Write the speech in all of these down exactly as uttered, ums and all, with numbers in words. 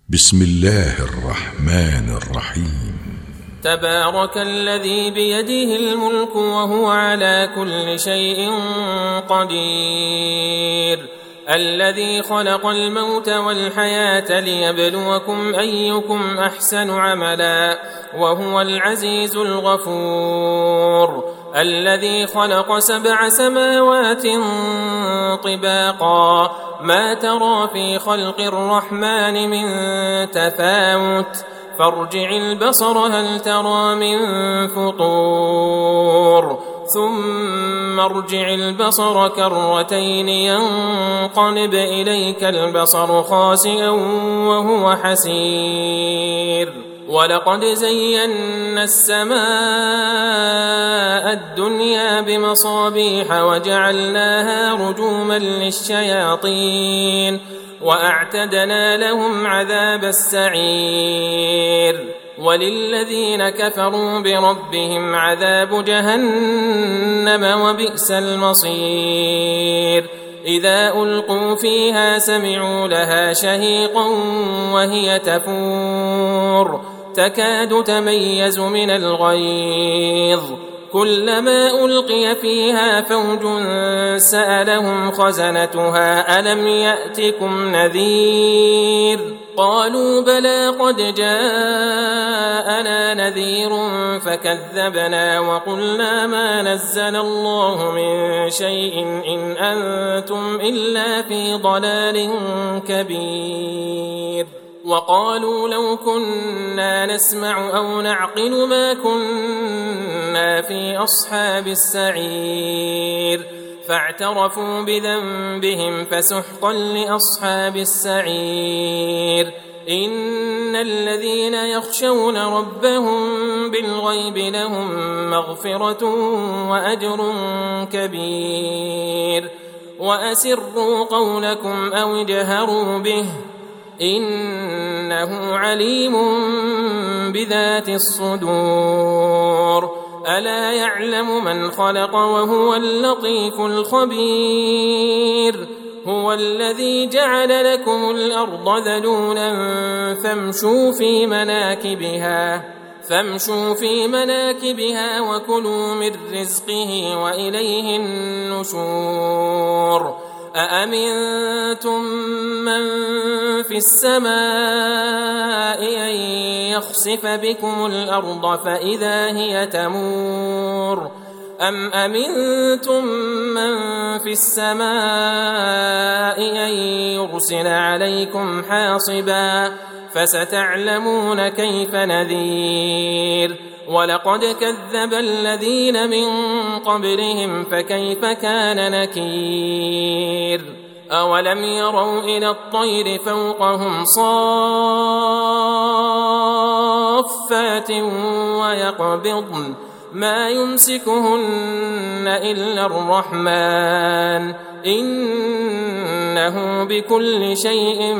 بسم الله الرحمن الرحيم. تبارك الذي بيده الملك وهو على كل شيء قدير، الذي خلق الموت والحياة ليبلوكم أيكم أحسن عملا وهو العزيز الغفور، الذي خلق سبع سماوات طباقا ما ترى في خلق الرحمن من تفاوت فارجع البصر هل ترى من فطور ثم ارجع البصر كرتين ينقلب إليك البصر خاسئا وهو حسير، ولقد زينا السماء الدنيا بمصابيح وجعلناها رجوما للشياطين وأعتدنا لهم عذاب السعير، وللذين كفروا بربهم عذاب جهنم وبئس المصير، إذا ألقوا فيها سمعوا لها شهيقا وهي تفور تكاد تميز من الغيظ، كلما ألقي فيها فوج سألهم خزنتها ألم يأتكم نذير؟ قالوا بلى قد جاءنا نذير فكذبنا وقلنا ما نزل الله من شيء إن أنتم إلا في ضلال كبير، وقالوا لو كنا نسمع أو نعقل ما كنا في أصحاب السعير، فاعترفوا بذنبهم فسحقا لأصحاب السعير، إن الذين يخشون ربهم بالغيب لهم مغفرة وأجر كبير، وأسروا قولكم أو اجهروا به إنه عليم بذات الصدور، ألا يعلم من خلق وهو اللطيف الخبير، هو الذي جعل لكم الأرض ذلولا فامشوا في مناكبها فامشوا في مناكبها وكلوا من رزقه وإليه النشور، أأمنتم من في السماء أن يخسف بكم الأرض فإذا هي تمور، أم أمنتم من في السماء أن يرسل عليكم حاصبا فستعلمون كيف نذير، ولقد كذب الذين من قبلهم فكيف كان نكير، أولم يروا إلى الطير فوقهم صافات ويقبضن ما يمسكهن إلا الرحمن إنه بكل شيء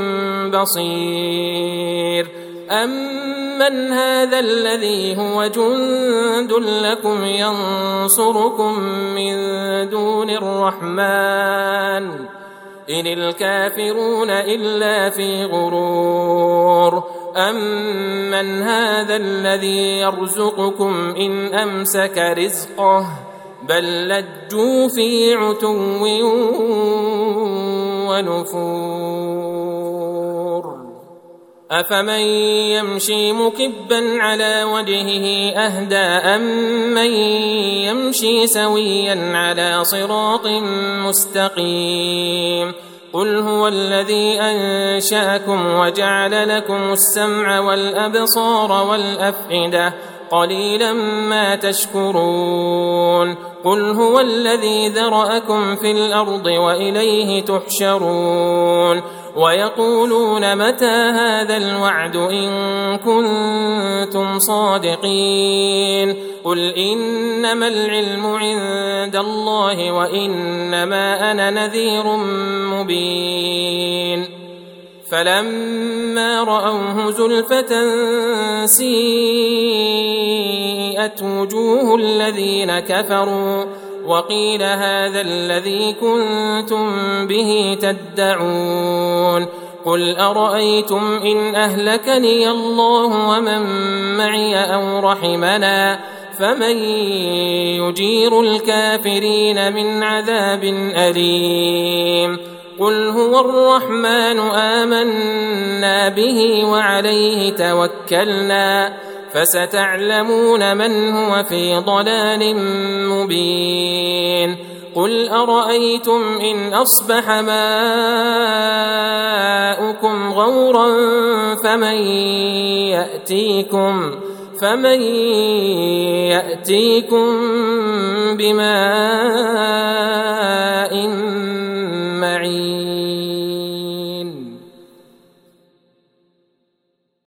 بصير، أمن هذا الذي هو جند لكم ينصركم من دون الرحمن إن الكافرون إلا في غرور، أمن هذا الذي يرزقكم إن أمسك رزقه بل لجوا في عتو ونفور، أفمن يمشي مكبا على وجهه أهدى أمن يمشي سويا على صراط مستقيم، قل هو الذي أنشأكم وجعل لكم السمع والأبصار والأفئدة قليلا ما تشكرون، قل هو الذي ذرأكم في الأرض وإليه تحشرون، ويقولون متى هذا الوعد إن كنتم صادقين، قل إنما العلم عند الله وإنما أنا نذير مبين، فلما رأوه زلفة سيئت وجوه الذين كفروا وقيل هذا الذي كنتم به تدعون، قل أرأيتم إن أهلكني الله ومن معي أو رحمنا فمن يجير الكافرين من عذاب أليم قل هو الرحمن آمنا به وعليه توكلنا فستعلمون من هو في ضلال مبين قل أرأيتم إن أصبح ماؤكم غورا فمن يأتيكم فمن يأتيكم بماء